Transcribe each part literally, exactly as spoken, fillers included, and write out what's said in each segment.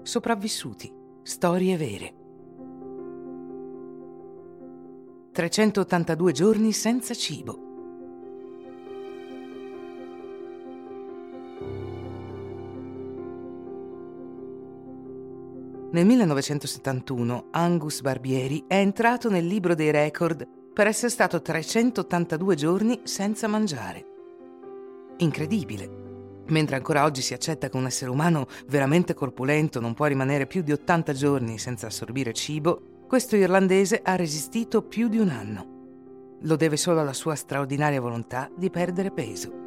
Sopravvissuti, storie vere. trecentottantadue giorni senza cibo. Nel millenovecentosettantuno Angus Barbieri è entrato nel libro dei record per essere stato trecentottantadue giorni senza mangiare. Incredibile. Mentre ancora oggi si accetta che un essere umano veramente corpulento non può rimanere più di ottanta giorni senza assorbire cibo, questo irlandese ha resistito più di un anno. Lo deve solo alla sua straordinaria volontà di perdere peso.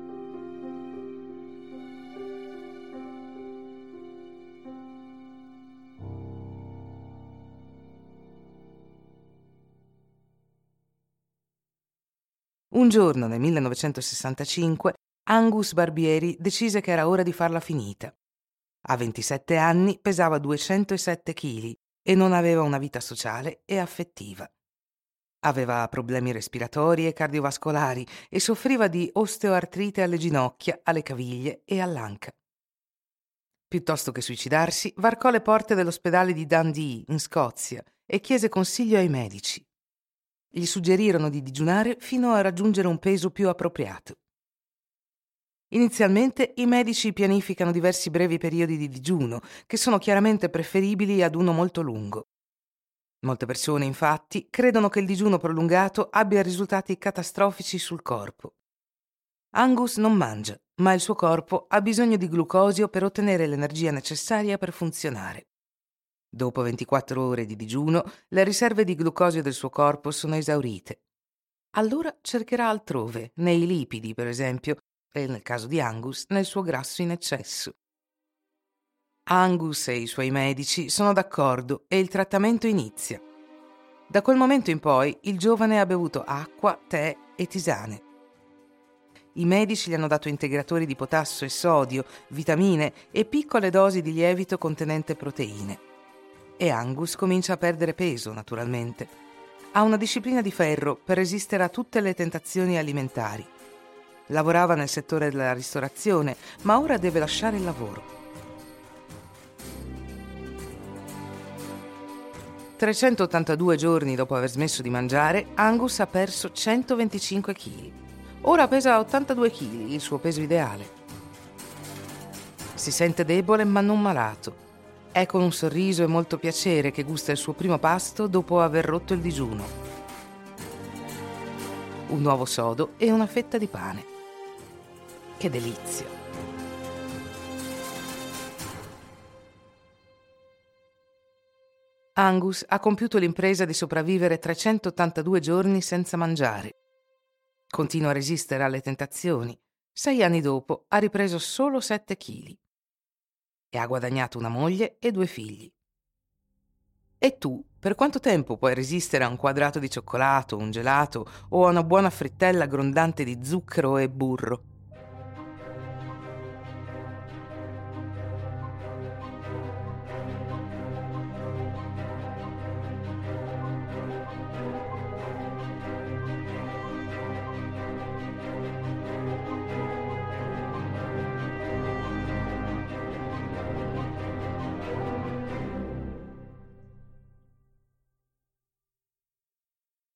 Un giorno nel millenovecentosessantacinque Angus Barbieri decise che era ora di farla finita. A ventisette anni pesava duecentosette chili e non aveva una vita sociale e affettiva. Aveva problemi respiratori e cardiovascolari e soffriva di osteoartrite alle ginocchia, alle caviglie e all'anca. Piuttosto che suicidarsi, varcò le porte dell'ospedale di Dundee, in Scozia, e chiese consiglio ai medici. Gli suggerirono di digiunare fino a raggiungere un peso più appropriato. Inizialmente i medici pianificano diversi brevi periodi di digiuno, che sono chiaramente preferibili ad uno molto lungo. Molte persone, infatti, credono che il digiuno prolungato abbia risultati catastrofici sul corpo. Angus non mangia, ma il suo corpo ha bisogno di glucosio per ottenere l'energia necessaria per funzionare. Dopo ventiquattro ore di digiuno, le riserve di glucosio del suo corpo sono esaurite. Allora cercherà altrove, nei lipidi per esempio, e nel caso di Angus, nel suo grasso in eccesso. Angus e i suoi medici sono d'accordo e il trattamento inizia. Da quel momento in poi il giovane ha bevuto acqua, tè e tisane. I medici gli hanno dato integratori di potassio e sodio, vitamine e piccole dosi di lievito contenente proteine. E Angus comincia a perdere peso, naturalmente. Ha una disciplina di ferro per resistere a tutte le tentazioni alimentari. Lavorava nel settore della ristorazione, ma ora deve lasciare il lavoro. trecentottantadue giorni dopo aver smesso di mangiare, Angus ha perso centoventicinque chili. Ora pesa ottantadue chili, il suo peso ideale. Si sente debole ma non malato. È con un sorriso e molto piacere che gusta il suo primo pasto dopo aver rotto il digiuno. Un uovo sodo e una fetta di pane. Che delizia! Angus ha compiuto l'impresa di sopravvivere trecentottantadue giorni senza mangiare. Continua a resistere alle tentazioni. Sei anni dopo ha ripreso solo sette chili. E ha guadagnato una moglie e due figli. E tu, per quanto tempo puoi resistere a un quadrato di cioccolato, un gelato o a una buona frittella grondante di zucchero e burro?